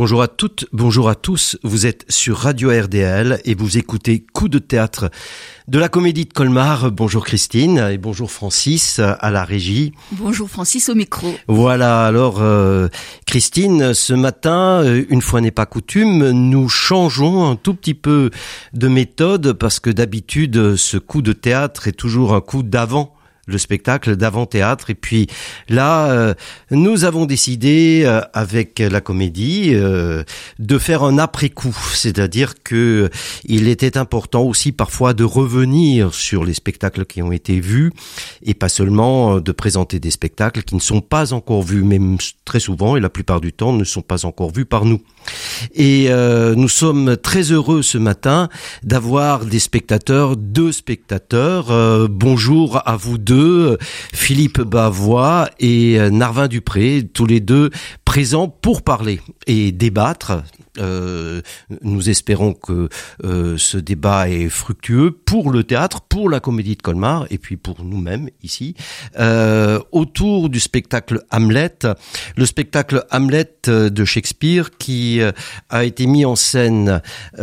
Bonjour à toutes, bonjour à tous. Vous êtes sur Radio RDL et vous écoutez Coup de théâtre de la Comédie de Colmar. Bonjour Christine et bonjour Francis à la régie. Bonjour Francis au micro. Voilà, alors Christine, ce matin, une fois n'est pas coutume, nous changeons un tout petit peu de méthode parce que d'habitude, ce coup de théâtre est toujours un coup d'avant. Le spectacle d'avant-théâtre. Et puis là, nous avons décidé, avec la comédie, de faire un après-coup. C'est-à-dire que il était important aussi parfois de revenir sur les spectacles qui ont été vus et pas seulement de présenter des spectacles qui ne sont pas encore vus, même très souvent et la plupart du temps ne sont pas encore vus par nous. Et nous sommes très heureux ce matin d'avoir deux spectateurs. Bonjour à vous deux, Philippe Bavois et Narvin Dupré, tous les deux présents pour parler et débattre. Nous espérons que ce débat est fructueux pour le théâtre, pour la Comédie de Colmar et puis pour nous-mêmes ici, autour du spectacle Hamlet. Le spectacle Hamlet de Shakespeare qui a été mis en scène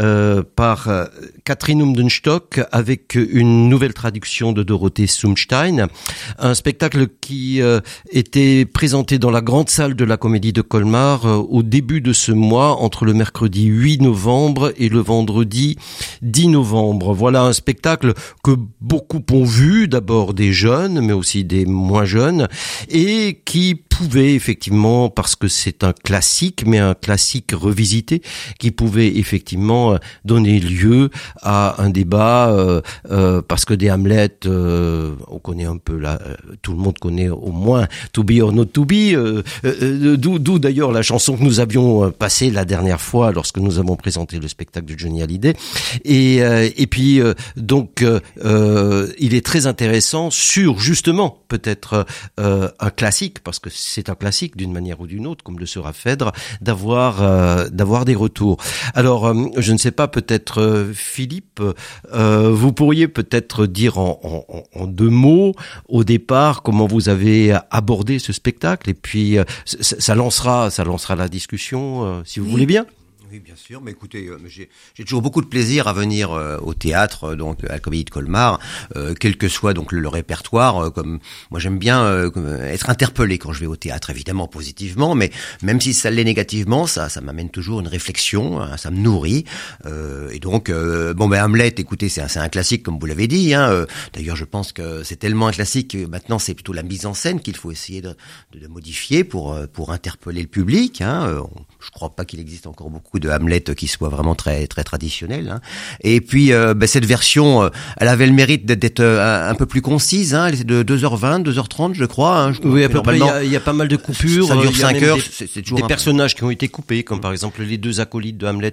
par Catherine Umdenstock avec une nouvelle traduction de Dorothée Sumstein. Un spectacle qui était présenté dans la grande salle de la Comédie de Colmar au début de ce mois, entre le mercredi 8 novembre et le vendredi 10 novembre. Voilà un spectacle que beaucoup ont vu, d'abord des jeunes, mais aussi des moins jeunes, et qui pouvait effectivement, parce que c'est un classique, mais un classique revisité, qui pouvait effectivement donner lieu à un débat, parce que des Hamlet, on connaît un peu là, tout le monde connaît au moins To Be or Not To Be, d'où d'ailleurs la chanson que nous avions passée la dernière fois lorsque nous avons présenté le spectacle de Johnny Hallyday. Et puis donc il est très intéressant sur justement peut-être un classique, parce que c'est un classique d'une manière ou d'une autre, comme le sera Phèdre, d'avoir des retours. Alors je ne sais pas, peut-être Philippe, vous pourriez peut-être dire en deux mots au départ comment vous avez abordé ce spectacle, et puis ça lancera la discussion si vous voulez bien. Oui, bien sûr. Mais écoutez, j'ai toujours beaucoup de plaisir à venir au théâtre, donc à la Comédie de Colmar, quel que soit donc le répertoire. Comme moi, j'aime bien être interpellé quand je vais au théâtre, évidemment positivement, mais même si ça l'est négativement, ça m'amène toujours une réflexion, hein, ça me nourrit. Et donc, Hamlet, écoutez, c'est un classique comme vous l'avez dit. Hein, d'ailleurs, je pense que c'est tellement un classique que maintenant c'est plutôt la mise en scène qu'il faut essayer de modifier pour interpeller le public. Hein. Je crois pas qu'il existe encore beaucoup de Hamlet qui soit vraiment très très traditionnel. Hein. Et puis cette version, elle avait le mérite d'être un peu plus concise, hein, de 2h20, 2h30 je crois. Hein. Oui, à peu près, il y a pas mal de coupures. Ça dure 5 heures, c'est toujours des personnages qui ont été coupés, comme par exemple les deux acolytes de Hamlet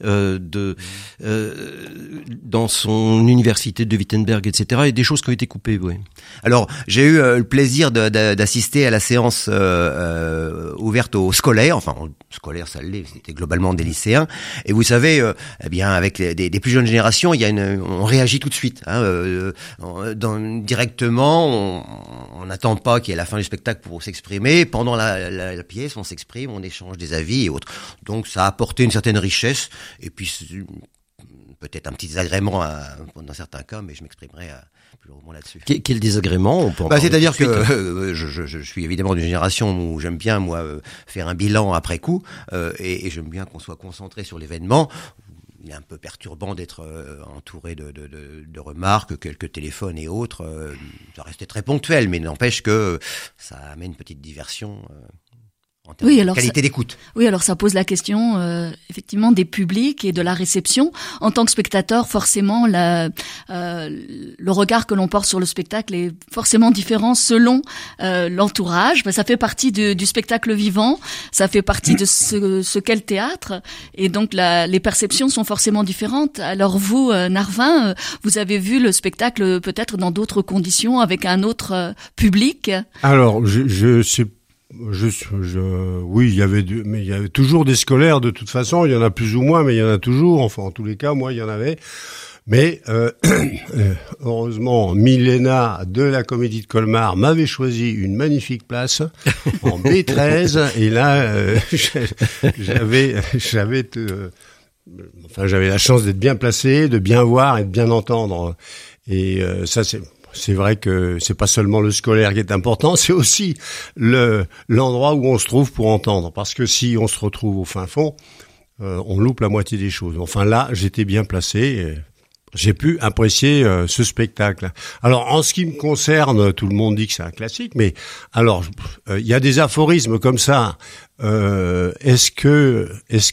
dans son université de Wittenberg, etc. Et des choses qui ont été coupées, oui. Alors, j'ai eu le plaisir d'assister à la séance ouverte aux scolaires, enfin scolaires ça l'est, c'était globalement des lycéens. Et vous savez, eh bien avec des plus jeunes générations, on réagit tout de suite. Hein, directement, on n'attend pas qu'il y ait la fin du spectacle pour s'exprimer. Pendant la pièce, on s'exprime, on échange des avis et autres. Donc ça a apporté une certaine richesse. Et puis peut-être un petit désagrément dans certains cas, mais je m'exprimerai plus longuement là-dessus. Quel désagrément on peut c'est-à-dire que je suis évidemment d'une génération où j'aime bien moi faire un bilan après coup, et j'aime bien qu'on soit concentré sur l'événement. Il est un peu perturbant d'être entouré de remarques, quelques téléphones et autres. Ça restait très ponctuel, mais n'empêche que ça amène une petite diversion. En termes de qualité d'écoute. Oui, alors ça pose la question effectivement des publics et de la réception. En tant que spectateur, forcément, le regard que l'on porte sur le spectacle est forcément différent selon l'entourage. Ça fait partie du spectacle vivant, ça fait partie de ce qu'est le théâtre, et donc les perceptions sont forcément différentes. Alors vous, Narvin, vous avez vu le spectacle peut-être dans d'autres conditions, avec un autre public. Alors, oui, il y avait toujours des scolaires de toute façon. Il y en a plus ou moins, mais il y en a toujours. Enfin, en tous les cas, moi, il y en avait. Mais heureusement, Milena de la Comédie de Colmar m'avait choisi une magnifique place en B13 et là j'avais la chance d'être bien placé, de bien voir et de bien entendre. Et ça c'est vrai que c'est pas seulement le scolaire qui est important, c'est aussi l'endroit où on se trouve pour entendre. Parce que si on se retrouve au fin fond, on loupe la moitié des choses. Enfin là, j'étais bien placé. Et j'ai pu apprécier ce spectacle. Alors, en ce qui me concerne, tout le monde dit que c'est un classique, mais alors, il y a des aphorismes comme ça. Est-ce que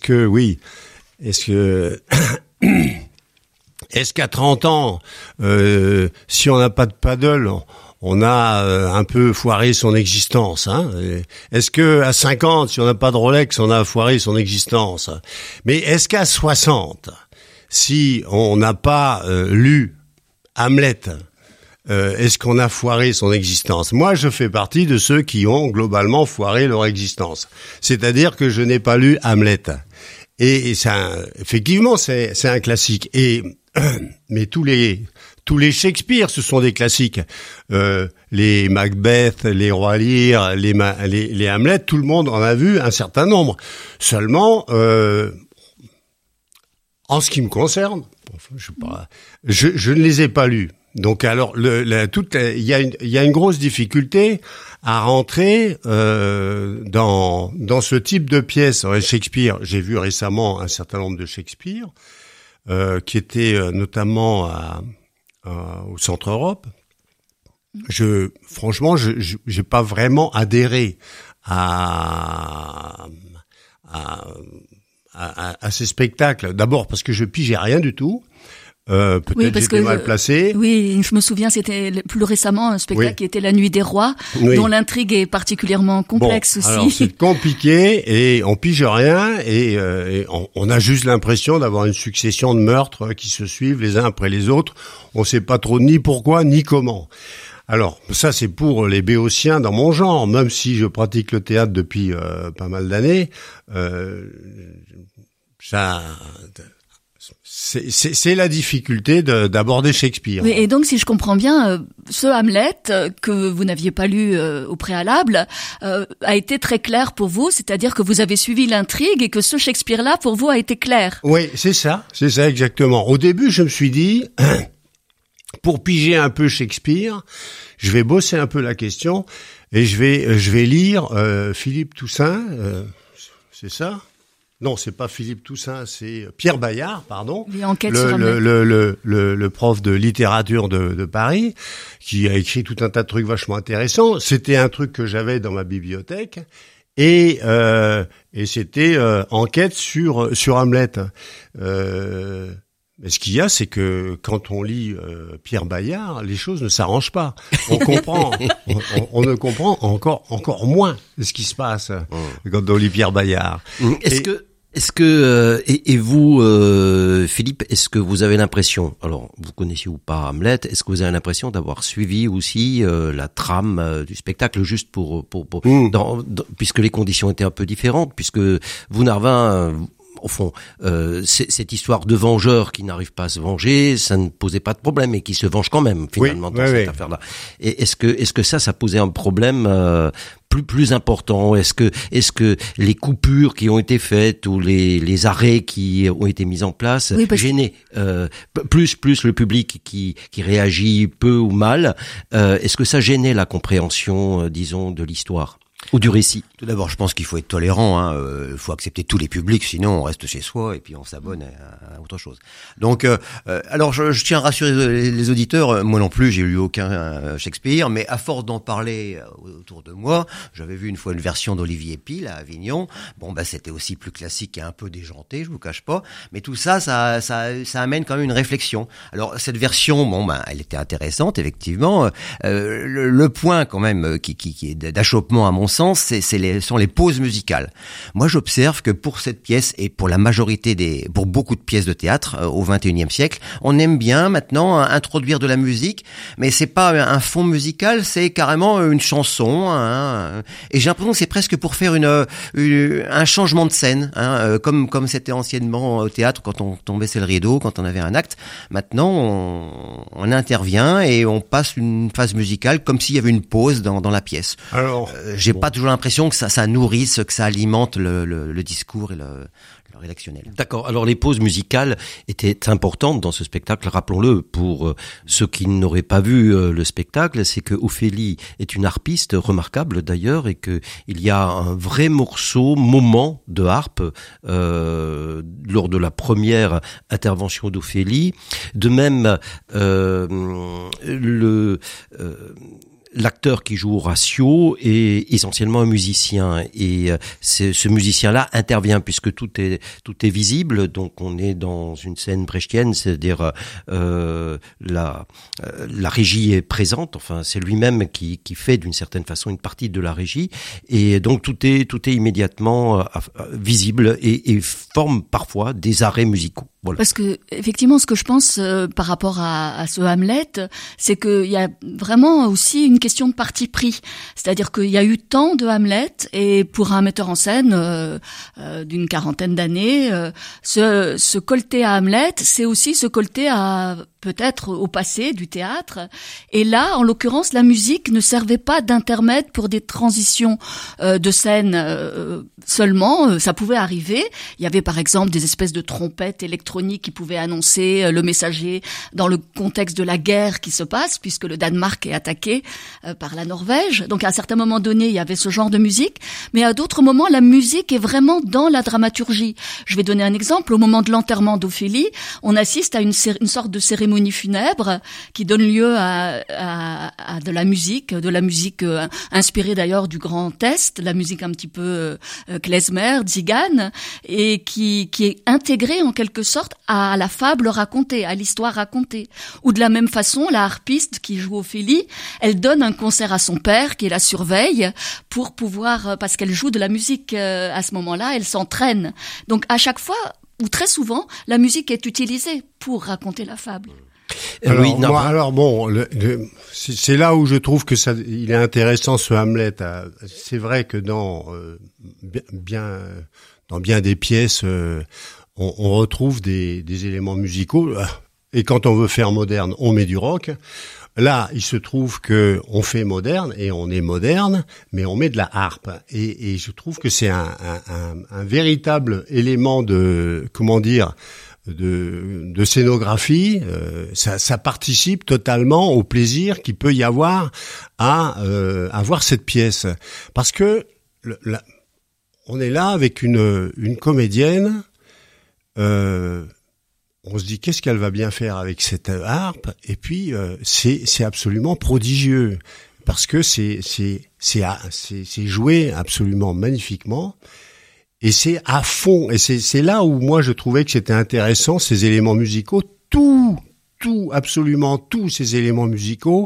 est-ce qu'à 30 ans, si on n'a pas de paddle, on a un peu foiré son existence, hein. Est-ce que à 50, si on n'a pas de Rolex, on a foiré son existence? Mais est-ce qu'à 60, si on n'a pas lu Hamlet, est-ce qu'on a foiré son existence? Moi, je fais partie de ceux qui ont globalement foiré leur existence. C'est-à-dire que je n'ai pas lu Hamlet. Et effectivement, c'est un classique. Mais tous les Shakespeare, ce sont des classiques. Les Macbeth, les Rois Lear, les Hamlet, tout le monde en a vu un certain nombre. Seulement, en ce qui me concerne, je ne les ai pas lus. Donc alors, il y a une grosse difficulté à rentrer dans ce type de pièce. Shakespeare, j'ai vu récemment un certain nombre de Shakespeare qui étaient notamment au Centre Europe. Franchement, j'ai pas vraiment adhéré à ces spectacles. D'abord parce que je pigeais rien du tout. Peut-être j'étais mal placé. Oui, je me souviens, c'était plus récemment un spectacle qui était La Nuit des Rois, dont l'intrigue est particulièrement complexe aussi. Alors c'est compliqué et on pige rien et on a juste l'impression d'avoir une succession de meurtres qui se suivent les uns après les autres. On sait pas trop ni pourquoi ni comment. Alors, ça c'est pour les béotiens dans mon genre, même si je pratique le théâtre depuis pas mal d'années. C'est la difficulté d'aborder Shakespeare. Oui, et donc, si je comprends bien, ce Hamlet que vous n'aviez pas lu au préalable a été très clair pour vous, c'est-à-dire que vous avez suivi l'intrigue et que ce Shakespeare-là, pour vous, a été clair. Oui, c'est ça exactement. Au début, je me suis dit, pour piger un peu Shakespeare, je vais bosser un peu la question et je vais lire Philippe Toussaint, c'est ça? Non, c'est pas Philippe Toussaint, c'est Pierre Bayard, pardon. Le prof de littérature de Paris, qui a écrit tout un tas de trucs vachement intéressants. C'était un truc que j'avais dans ma bibliothèque. Et c'était enquête sur Hamlet. Mais ce qu'il y a, c'est que quand on lit Pierre Bayard, les choses ne s'arrangent pas. On comprend, on ne comprend encore moins ce qui se passe quand on lit Pierre Bayard. Est-ce que et vous, Philippe, est-ce que vous avez l'impression, alors vous connaissiez ou pas Hamlet, est-ce que vous avez l'impression d'avoir suivi aussi la trame du spectacle juste puisque les conditions étaient un peu différentes, puisque vous, Narvin, au fond, cette histoire de vengeur qui n'arrive pas à se venger, ça ne posait pas de problème et qui se venge quand même finalement dans cette affaire-là. Et est-ce que ça posait un problème plus important? Est-ce que les coupures qui ont été faites ou les arrêts qui ont été mis en place gênaient plus le public qui réagit peu ou mal? Est-ce que ça gênait la compréhension, disons, de l'histoire ou du récit? Tout d'abord, je pense qu'il faut être tolérant. Il faut accepter tous les publics, sinon on reste chez soi et puis on s'abonne à autre chose. Donc, alors je tiens à rassurer les auditeurs. Moi non plus, j'ai lu aucun Shakespeare, mais à force d'en parler autour de moi, j'avais vu une fois une version d'Olivier Pile à Avignon. Bon, c'était aussi plus classique et un peu déjanté, je vous cache pas. Mais tout ça amène quand même une réflexion. Alors cette version, elle était intéressante effectivement. Le point quand même qui est d'achoppement à mon sens, sont les pauses musicales. Moi, j'observe que pour cette pièce et pour la majorité pour beaucoup de pièces de théâtre au XXIe siècle, on aime bien maintenant introduire de la musique, mais c'est pas un fond musical, c'est carrément une chanson. Et j'ai l'impression que c'est presque pour faire un changement de scène, comme c'était anciennement au théâtre quand on tombait le rideau, quand on avait un acte. Maintenant, on intervient et on passe une phase musicale comme s'il y avait une pause dans la pièce. Alors, j'ai pas toujours l'impression que ça nourrisse, que ça alimente le discours et le rédactionnel. D'accord. Alors les pauses musicales étaient importantes dans ce spectacle. Rappelons-le pour ceux qui n'auraient pas vu le spectacle, c'est que Ophélie est une harpiste remarquable d'ailleurs et que il y a un vrai moment de harpe lors de la première intervention d'Ophélie. De même, l'acteur qui joue Horatio est essentiellement un musicien et ce musicien-là intervient puisque tout est visible. Donc on est dans une scène brechtienne, c'est-à-dire la régie est présente. Enfin, c'est lui-même qui fait d'une certaine façon une partie de la régie et donc tout est immédiatement visible et forme parfois des arrêts musicaux. Voilà. Parce que effectivement, ce que je pense par rapport à ce Hamlet, c'est qu'il y a vraiment aussi une question de parti pris. C'est-à-dire qu'il y a eu tant de Hamlet et pour un metteur en scène d'une quarantaine d'années, se colter à Hamlet, c'est aussi se colter à peut-être au passé du théâtre. Et là, en l'occurrence, la musique ne servait pas d'intermède pour des transitions de scène seulement. Ça pouvait arriver. Il y avait par exemple des espèces de trompettes électroniques qui pouvaient annoncer le messager dans le contexte de la guerre qui se passe, puisque le Danemark est attaqué par la Norvège. Donc à un certain moment donné, il y avait ce genre de musique. Mais à d'autres moments, la musique est vraiment dans la dramaturgie. Je vais donner un exemple. Au moment de l'enterrement d'Ophélie, on assiste à une sorte de cérémonie funèbre qui donne lieu à de la musique inspirée d'ailleurs du Grand Est, la musique un petit peu klezmer, tzigane, et qui est intégrée en quelque sorte à la fable racontée, à l'histoire racontée. Ou de la même façon, la harpiste qui joue Ophélie, elle donne un concert à son père qui la surveille pour pouvoir, parce qu'elle joue de la musique à ce moment-là, elle s'entraîne. Donc à chaque fois, ou très souvent, la musique est utilisée pour raconter la fable. C'est là où je trouve que il est intéressant ce Hamlet. C'est vrai que dans bien des pièces, on retrouve des éléments musicaux. Et quand on veut faire moderne, on met du rock. Là, il se trouve que on fait moderne et on est moderne, mais on met de la harpe. Et je trouve que c'est un véritable élément de scénographie. Ça participe totalement au plaisir qu'il peut y avoir à voir cette pièce, parce que on est là avec une comédienne. On se dit qu'est-ce qu'elle va bien faire avec cette harpe, et puis c'est absolument prodigieux parce que c'est joué absolument magnifiquement et c'est à fond, et c'est là où moi je trouvais que c'était intéressant, ces éléments musicaux, absolument tous ces éléments musicaux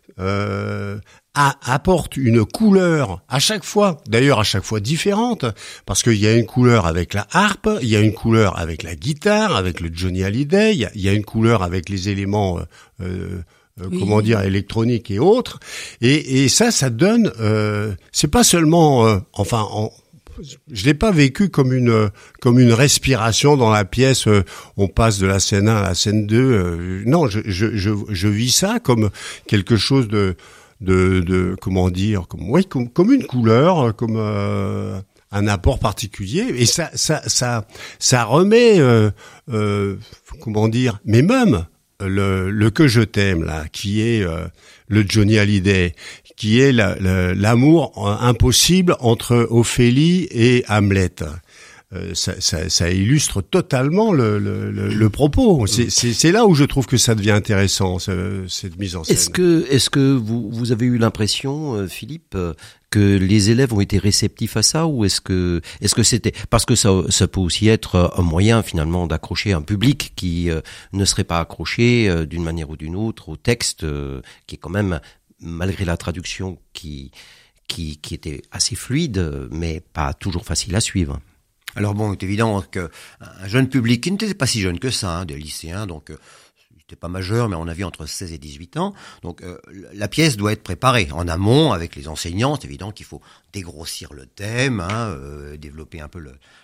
apporte une couleur à chaque fois différente, parce qu'il y a une couleur avec la harpe, il y a une couleur avec la guitare, avec le Johnny Hallyday, il y a une couleur avec les éléments électroniques et autres, et ça donne c'est pas seulement je l'ai pas vécu comme une respiration dans la pièce. On passe de la scène 1 à la scène 2. Non, je vis ça comme quelque chose de comment dire, comme une couleur, comme un apport particulier. Et ça remet comment dire, mais même le Que je t'aime là, qui est le Johnny Hallyday, qui est l'amour impossible entre Ophélie et Hamlet. Ça illustre totalement le propos. C'est là où je trouve que ça devient intéressant, cette mise en scène. Est-ce que vous avez eu l'impression, Philippe, que les élèves ont été réceptifs à ça, ou est-ce que c'était parce que ça peut aussi être un moyen finalement d'accrocher un public qui ne serait pas accroché d'une manière ou d'une autre au texte, qui est quand même, malgré la traduction qui qui était assez fluide, mais pas toujours facile à suivre. Alors bon, il est évident qu'un jeune public qui n'était pas si jeune que ça, hein, des lycéens, donc il n'était pas majeur, mais on a vu entre 16 et 18 ans. Donc la pièce doit être préparée en amont avec les enseignants. C'est évident qu'il faut dégrossir le thème, hein, développer un peu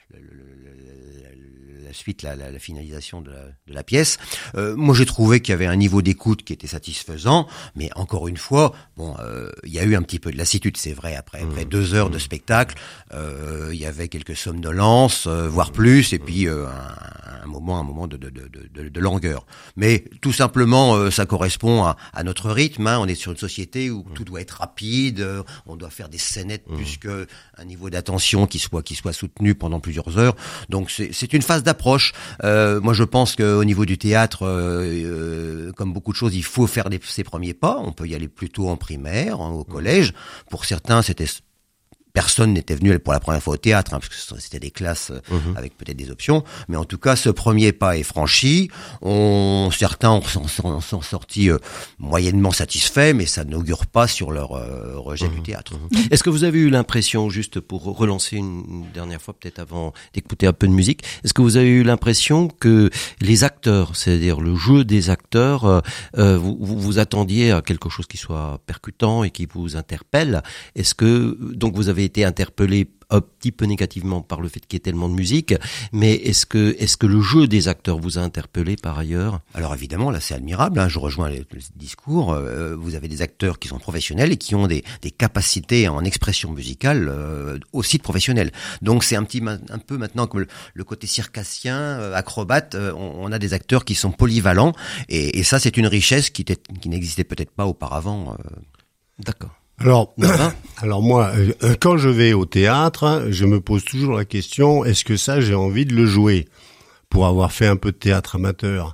la suite, la finalisation de la pièce. Moi, j'ai trouvé qu'il y avait un niveau d'écoute qui était satisfaisant, mais encore une fois, bon, il y a eu un petit peu de lassitude, c'est vrai. Après 2 heures de spectacle, il y avait quelques somnolences, voire plus, et puis un moment de langueur. Mais tout simplement, ça correspond à notre rythme. Hein. On est sur une société où tout doit être rapide, on doit faire des scénettes plus qu'un niveau d'attention qui soit soutenu pendant plusieurs heures. Donc c'est une phase d'approche. Moi je pense qu'au niveau du théâtre, comme beaucoup de choses, il faut faire ses premiers pas. On peut y aller plutôt en primaire, hein, au collège. Pour certains, personne n'était venu pour la première fois au théâtre, hein, parce que c'était des classes avec peut-être des options. Mais en tout cas, ce premier pas est franchi. Certains sont sortis moyennement satisfaits, mais ça n'augure pas sur leur rejet du théâtre. Est-ce que vous avez eu l'impression, juste pour relancer une dernière fois, peut-être avant d'écouter un peu de musique, est-ce que vous avez eu l'impression que les acteurs, c'est-à-dire le jeu des acteurs, vous attendiez à quelque chose qui soit percutant et qui vous interpelle? Est-ce que donc vous avez été interpellé un petit peu négativement par le fait qu'il y ait tellement de musique, mais est-ce que le jeu des acteurs vous a interpellé par ailleurs? Alors évidemment, là c'est admirable, hein, je rejoins le discours, vous avez des acteurs qui sont professionnels et qui ont des capacités en expression musicale aussi de professionnels. Donc c'est un peu maintenant comme le côté circassien, acrobate, on a des acteurs qui sont polyvalents et ça c'est une richesse qui n'existait peut-être pas auparavant. D'accord. Alors moi, quand je vais au théâtre, je me pose toujours la question, est-ce que ça, j'ai envie de le jouer? Pour avoir fait un peu de théâtre amateur.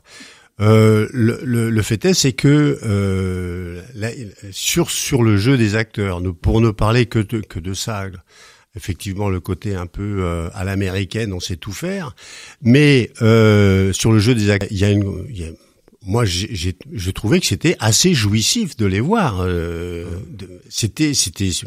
Le fait est, c'est que sur le jeu des acteurs, pour ne parler que de ça, effectivement, le côté un peu à l'américaine, on sait tout faire, mais sur le jeu des acteurs, moi, je trouvais que c'était assez jouissif de les voir. C'était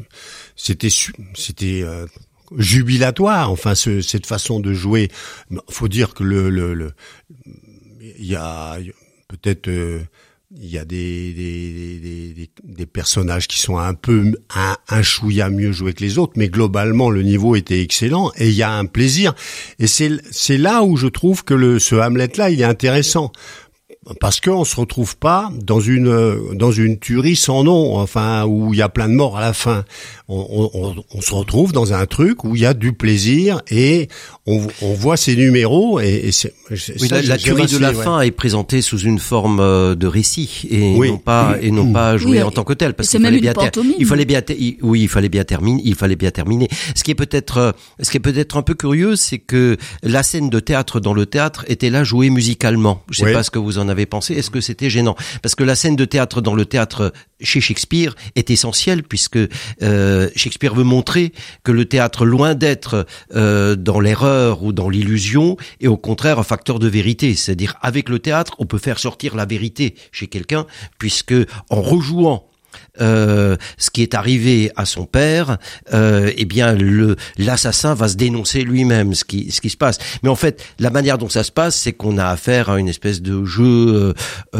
jubilatoire. Enfin, cette façon de jouer. Faut dire que il y a peut-être il y a des personnages qui sont un chouïa mieux joués que les autres, mais globalement le niveau était excellent et il y a un plaisir. Et c'est là où je trouve que ce Hamlet là, il est intéressant. Parce qu'on se retrouve pas dans une tuerie sans nom, enfin où il y a plein de morts à la fin. On se retrouve dans un truc où il y a du plaisir et on voit ces numéros et la tuerie de la fin est présentée sous une forme de récit et non pas jouée en tant que telle, parce qu'il fallait bien terminer. Ce qui est peut-être un peu curieux, c'est que la scène de théâtre dans le théâtre était là jouée musicalement. Je sais pas ce que vous en avez pensé. Est-ce que c'était gênant? Parce que la scène de théâtre dans le théâtre chez Shakespeare est essentielle, puisque Shakespeare veut montrer que le théâtre, loin d'être dans l'erreur ou dans l'illusion, est au contraire un facteur de vérité. C'est-à-dire, avec le théâtre, on peut faire sortir la vérité chez quelqu'un, puisque en rejouant ce qui est arrivé à son père, eh bien l'assassin va se dénoncer lui-même ce qui se passe. Mais en fait, la manière dont ça se passe, c'est qu'on a affaire à une espèce de jeu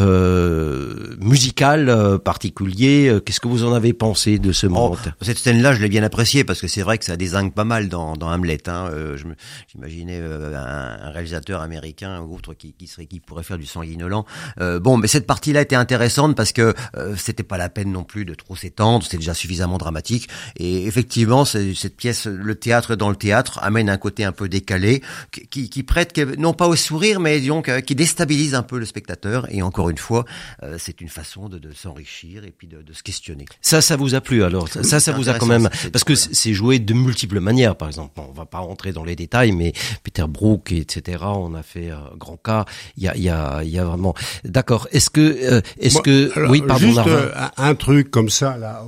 musical particulier. Qu'est-ce que vous en avez pensé de ce moment? Cette scène-là, je l'ai bien appréciée parce que c'est vrai que ça dézingue pas mal dans Hamlet. Hein. J'imaginais un réalisateur américain ou autre qui pourrait faire du sanguinolent. Mais cette partie-là était intéressante parce que c'était pas la peine non plus de trop s'étendre, c'était déjà suffisamment dramatique. Et effectivement, cette pièce, le théâtre dans le théâtre, amène un côté un peu décalé, qui prête, non pas au sourire, mais disons qui déstabilise un peu le spectateur. Et encore une fois, c'est une façon de s'enrichir et puis de se questionner. Ça vous a plu alors? Ça vous a quand même, parce que c'est joué de multiples manières. Par exemple, on va pas rentrer dans les détails, mais Peter Brook, etc. On a fait grand cas. Il y a vraiment. D'accord. Oui, pardon. Juste un truc comme ça là.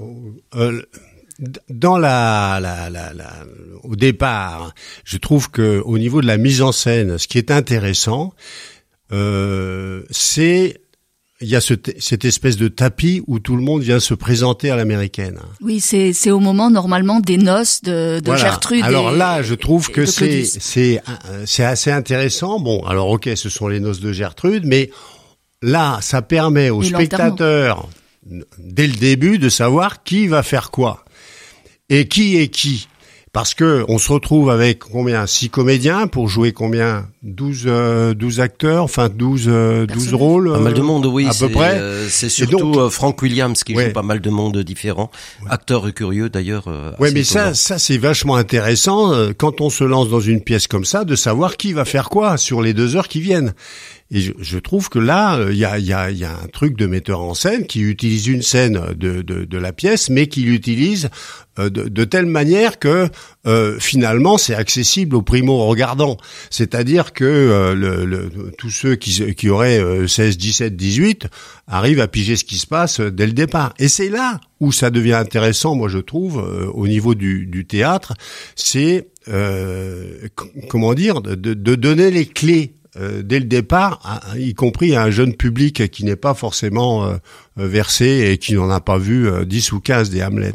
Dans au départ, je trouve que au niveau de la mise en scène, ce qui est intéressant, c'est il y a cette espèce de tapis où tout le monde vient se présenter à l'américaine. Oui, c'est au moment normalement des noces de Voilà. Gertrude. Alors là, je trouve que Claudius. c'est assez intéressant. Bon, alors ok, ce sont les noces de Gertrude, mais là, ça permet aux Et spectateurs dès le début de savoir qui va faire quoi et qui est qui. Parce que on se retrouve avec combien 6 comédiens pour jouer combien 12 acteurs, enfin 12 rôles. Pas mal de monde, oui. À peu près. C'est surtout donc, Frank Williams qui ouais. joue pas mal de monde différents. Ouais. Acteur curieux d'ailleurs. Ouais, assez mais étonnant. ça c'est vachement intéressant quand on se lance dans une pièce comme ça, de savoir qui va faire quoi sur les 2 heures qui viennent. Et je trouve que là, il y a un truc de metteur en scène qui utilise une scène de la pièce, mais qui l'utilise de telle manière que finalement c'est accessible aux primo-regardants. C'est-à-dire que tous ceux qui auraient 16, 17, 18 arrivent à piger ce qui se passe dès le départ. Et c'est là où ça devient intéressant, moi je trouve, au niveau du théâtre, c'est comment dire, de donner les clés dès le départ, y compris à un jeune public qui n'est pas forcément versé et qui n'en a pas vu 10 ou 15 des Hamlet.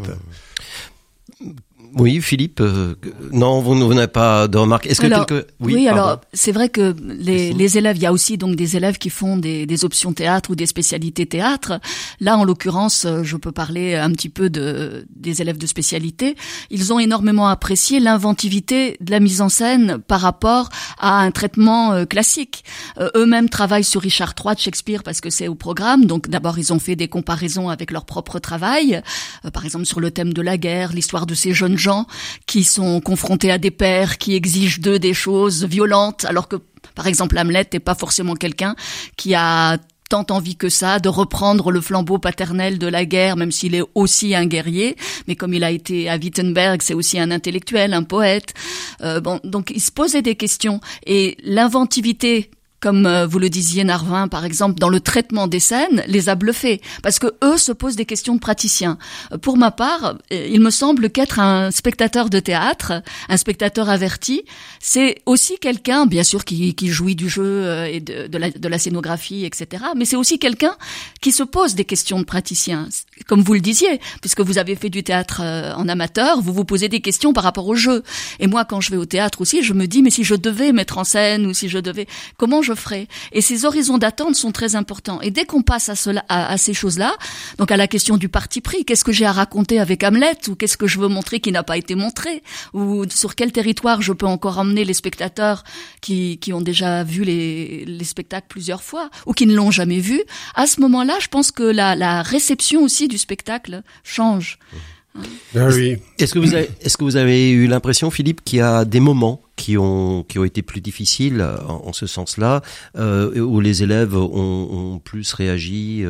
Oui, Philippe. Non, vous n'avez pas de remarques. Est-ce que alors, quelques... Oui, pardon. alors c'est vrai que les élèves, il y a aussi donc des élèves qui font des options théâtre ou des spécialités théâtre. Là, en l'occurrence, je peux parler un petit peu des élèves de spécialité. Ils ont énormément apprécié l'inventivité de la mise en scène par rapport à un traitement classique. Eux-mêmes travaillent sur Richard III de Shakespeare parce que c'est au programme. Donc d'abord, ils ont fait des comparaisons avec leur propre travail, par exemple sur le thème de la guerre, l'histoire de ces jeunes gens qui sont confrontés à des pères qui exigent d'eux des choses violentes, alors que, par exemple, Hamlet n'est pas forcément quelqu'un qui a tant envie que ça de reprendre le flambeau paternel de la guerre, même s'il est aussi un guerrier, mais comme il a été à Wittenberg, c'est aussi un intellectuel, un poète. Donc il se posait des questions, et l'inventivité, comme vous le disiez, Narvin, par exemple, dans le traitement des scènes, les a bluffés, parce que eux se posent des questions de praticiens. Pour ma part, il me semble qu'être un spectateur de théâtre, un spectateur averti, c'est aussi quelqu'un, bien sûr, qui jouit du jeu et de la scénographie, etc., mais c'est aussi quelqu'un qui se pose des questions de praticien. Comme vous le disiez, puisque vous avez fait du théâtre en amateur, vous vous posez des questions par rapport au jeu. Et moi, quand je vais au théâtre aussi, je me dis, mais si je devais mettre en scène, ou si je devais, comment je ferais? Et ces horizons d'attente sont très importants. Et dès qu'on passe à ces choses-là, donc à la question du parti pris, qu'est-ce que j'ai à raconter avec Hamlet, ou qu'est-ce que je veux montrer qui n'a pas été montré, ou sur quel territoire je peux encore emmener les spectateurs qui ont déjà vu les spectacles plusieurs fois, ou qui ne l'ont jamais vu, à ce moment-là, je pense que la réception aussi du spectacle change. Ah oui. Est-ce que vous avez eu l'impression, Philippe, qu'il y a des moments qui ont été plus difficiles en ce sens-là, où les élèves ont plus réagi,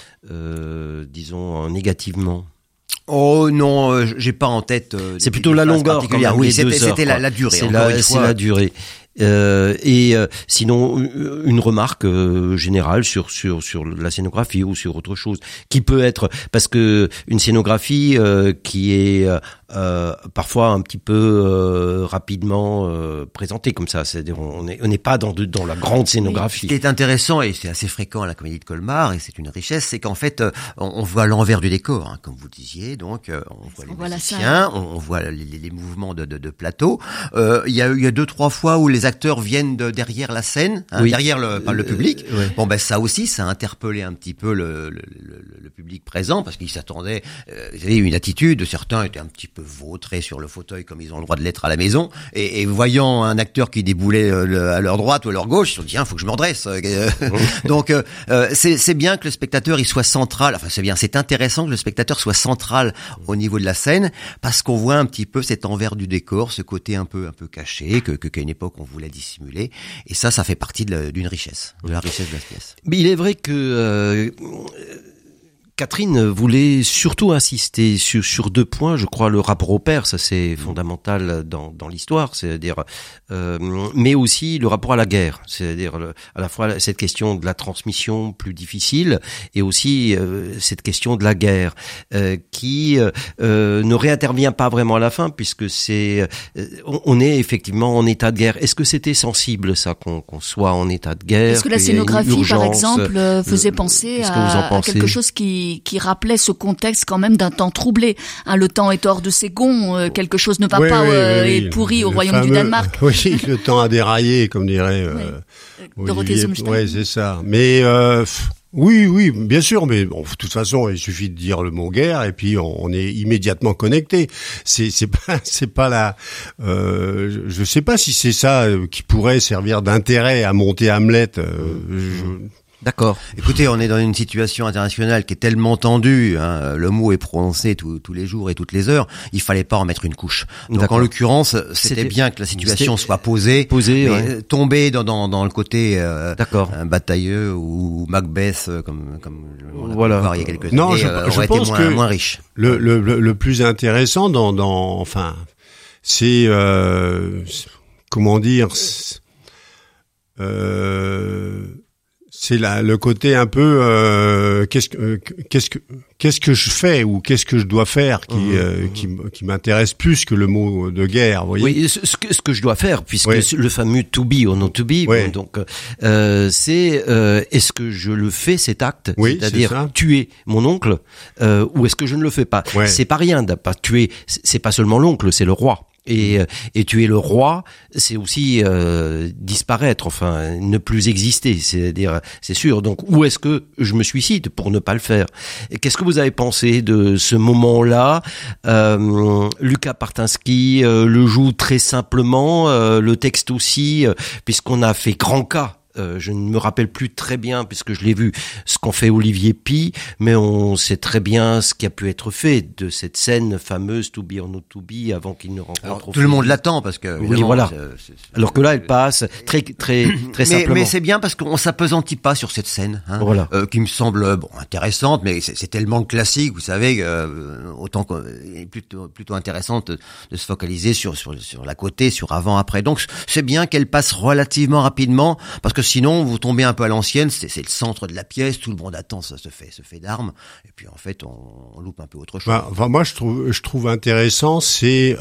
disons, négativement? Oh non, j'ai pas en tête. C'est plutôt la longueur. Oui, c'était la durée. C'est la durée. Sinon, une remarque générale sur la scénographie ou sur autre chose qui peut être, parce que une scénographie qui est parfois un petit peu rapidement présentée comme ça, c'est-à-dire on n'est pas dans la grande scénographie. Ce qui est intéressant, et c'est assez fréquent à la Comédie de Colmar, et c'est une richesse, c'est qu'en fait on voit l'envers du décor, hein, comme vous le disiez, donc on voit les musiciens, on voit les mouvements de plateau. Il y a 2-3 fois où les acteurs viennent de derrière la scène, hein, oui. Derrière le public. Ouais. Bon, ben ça aussi, ça a interpellé un petit peu le public présent, parce qu'ils s'attendaient, ils avaient une attitude, certains étaient un petit peu vautrés sur le fauteuil comme ils ont le droit de l'être à la maison, et voyant un acteur qui déboulait à leur droite ou à leur gauche, ils se sont dit, faut que je me redresse. Donc c'est bien que le spectateur il soit central, enfin c'est intéressant que le spectateur soit central au niveau de la scène, parce qu'on voit un petit peu cet envers du décor, ce côté un peu caché, qu'à une époque on voulait dissimuler, et ça fait partie d'une richesse, de la richesse de la pièce. Mais il est vrai que Catherine voulait surtout insister sur 2 points. Je crois le rapport au père, ça c'est fondamental dans l'histoire, c'est-à-dire, mais aussi le rapport à la guerre, c'est-à-dire à la fois cette question de la transmission plus difficile et aussi cette question de la guerre qui ne réintervient pas vraiment à la fin puisque on est effectivement en état de guerre. Est-ce que c'était sensible ça qu'on soit en état de guerre? Est-ce que la scénographie, par exemple, faisait penser à quelque chose qui rappelait ce contexte quand même d'un temps troublé. Le temps est hors de ses gonds, quelque chose ne va pas, est pourri au royaume du Danemark. Oui, le temps a déraillé, comme dirait Dorothée Sommestein. Oui, c'est ça. Mais oui, bien sûr, mais bon, de toute façon, il suffit de dire le mot guerre et puis on est immédiatement connecté. C'est pas la. Je sais pas si c'est ça qui pourrait servir d'intérêt à monter Hamlet. D'accord. Écoutez, on est dans une situation internationale qui est tellement tendue, hein, le mot est prononcé tous les jours et toutes les heures, il fallait pas en mettre une couche. Donc en l'occurrence, c'était bien que la situation soit posée, mais ouais. Tomber dans le côté batailleux ou Macbeth comme on l'a pu voir il y a quelques années, je aurait pense été moins riche. Le plus intéressant enfin, c'est comment dire, c'est le côté un peu qu'est-ce que je fais ou qu'est-ce que je dois faire qui m'intéresse plus que le mot de guerre, vous voyez. Oui, ce que je dois faire puisque le fameux to be or not to be, donc c'est est-ce que je le fais cet acte, c'est-à-dire tuer mon oncle ou est-ce que je ne le fais pas. C'est pas rien de pas tuer, c'est pas seulement l'oncle, c'est le roi. Et tuer le roi, c'est aussi disparaître, enfin ne plus exister, c'est-à-dire, c'est sûr. Donc où est-ce que je me suicide pour ne pas le faire? Et qu'est-ce que vous avez pensé de ce moment-là? Lucas Partinski le joue très simplement, le texte aussi, puisqu'on a fait grand cas. Je ne me rappelle plus très bien, puisque je l'ai vu, ce qu'en fait Olivier Py, mais on sait très bien ce qui a pu être fait de cette scène fameuse To Be or Not To Be avant qu'il ne rencontre. Tout le monde l'attend parce que. Oui, voilà. Alors que là, elle passe très simplement. Mais c'est bien parce qu'on s'appesantit pas sur cette scène, hein, qui me semble intéressante, mais c'est tellement classique, vous savez, autant est plutôt intéressante de se focaliser sur la côté, sur avant après. Donc c'est bien qu'elle passe relativement rapidement parce que sinon, vous tombez un peu à l'ancienne, c'est le centre de la pièce, tout le monde attend, ça se fait d'armes, et puis en fait, on loupe un peu autre chose. Enfin, moi, je trouve intéressant, c'est,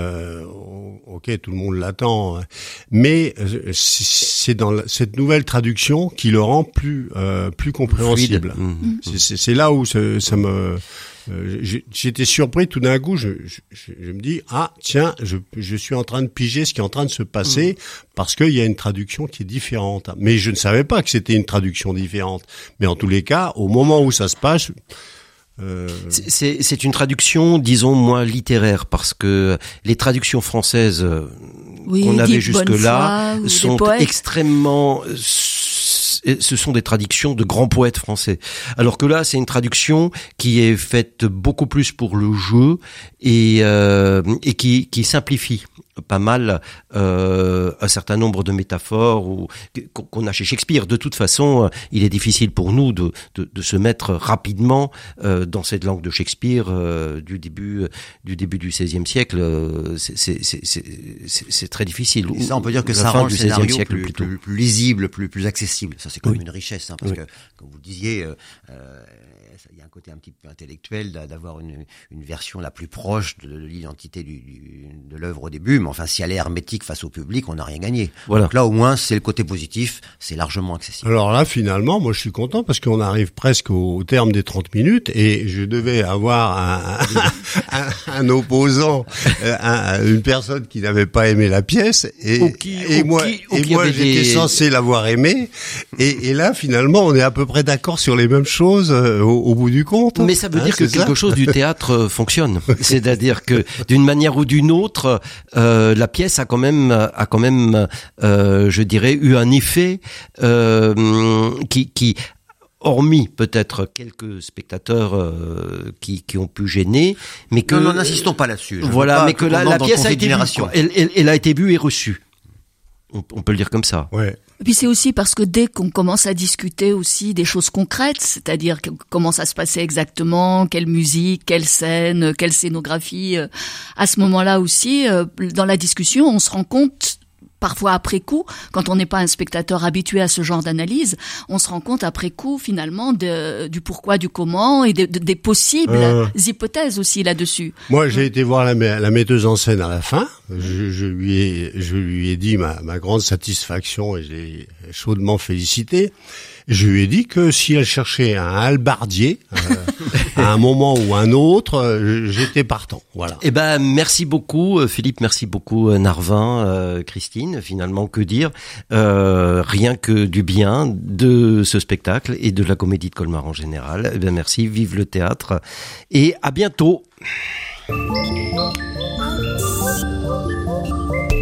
ok, tout le monde l'attend, mais c'est dans cette nouvelle traduction qui le rend plus compréhensible. C'est là où ça me... J'étais surpris tout d'un coup, je me dis tiens, je suis en train de piger ce qui est en train de se passer parce qu'il y a une traduction qui est différente. Mais je ne savais pas que c'était une traduction différente. Mais en tous les cas, au moment où ça se passe, c'est une traduction, disons, moins littéraire, parce que les traductions françaises qu'on avait jusque-là sont extrêmement... Ce sont des traductions de grands poètes français. Alors que là, c'est une traduction qui est faite beaucoup plus pour le jeu et qui simplifie pas mal un certain nombre de métaphores qu'on a chez Shakespeare. De toute façon, il est difficile pour nous de se mettre rapidement dans cette langue de Shakespeare du début du XVIe siècle. C'est très difficile. Et ça, on peut dire que ça rend le scénario plus lisible, plus accessible. Ça, c'est quand même une richesse, hein, parce que, comme vous le disiez, il y a un côté un petit peu intellectuel d'avoir une version la plus proche de l'identité de l'œuvre au début, mais enfin, si elle est hermétique face au public, on n'a rien gagné. Voilà. Donc là, au moins, c'est le côté positif, c'est largement accessible. Alors là, finalement, moi, je suis content parce qu'on arrive presque au terme des 30 minutes et je devais avoir un opposant, une personne qui n'avait pas aimé la pièce et moi, j'étais censé l'avoir aimé et là, finalement, on est à peu près d'accord sur les mêmes choses au bout du compte. Mais ça veut dire que quelque chose du théâtre fonctionne. C'est-à-dire que d'une manière ou d'une autre, la pièce a quand même, je dirais, eu un effet qui hormis peut-être quelques spectateurs qui ont pu gêner, mais que non, n'insistons pas là-dessus. Voilà, mais que la pièce a été vue, elle a été vue et reçue. On peut le dire comme ça. Ouais. Et puis c'est aussi parce que dès qu'on commence à discuter aussi des choses concrètes, c'est-à-dire comment ça se passait exactement, quelle musique, quelle scène, quelle scénographie, à ce moment-là aussi, dans la discussion, on se rend compte, parfois après coup, quand on n'est pas un spectateur habitué à ce genre d'analyse, on se rend compte après coup finalement du pourquoi, du comment et des possibles hypothèses aussi là-dessus. Moi, j'ai été voir la metteuse en scène à la fin. Je lui ai dit ma grande satisfaction et je l'ai chaudement félicité. Je lui ai dit que si elle cherchait un hallebardier à un moment ou un autre, j'étais partant. Voilà. Eh ben, merci beaucoup Philippe, merci beaucoup Narvin, Christine. Finalement, que dire, rien que du bien de ce spectacle et de la Comédie de Colmar en général. Eh ben, merci, vive le théâtre et à bientôt.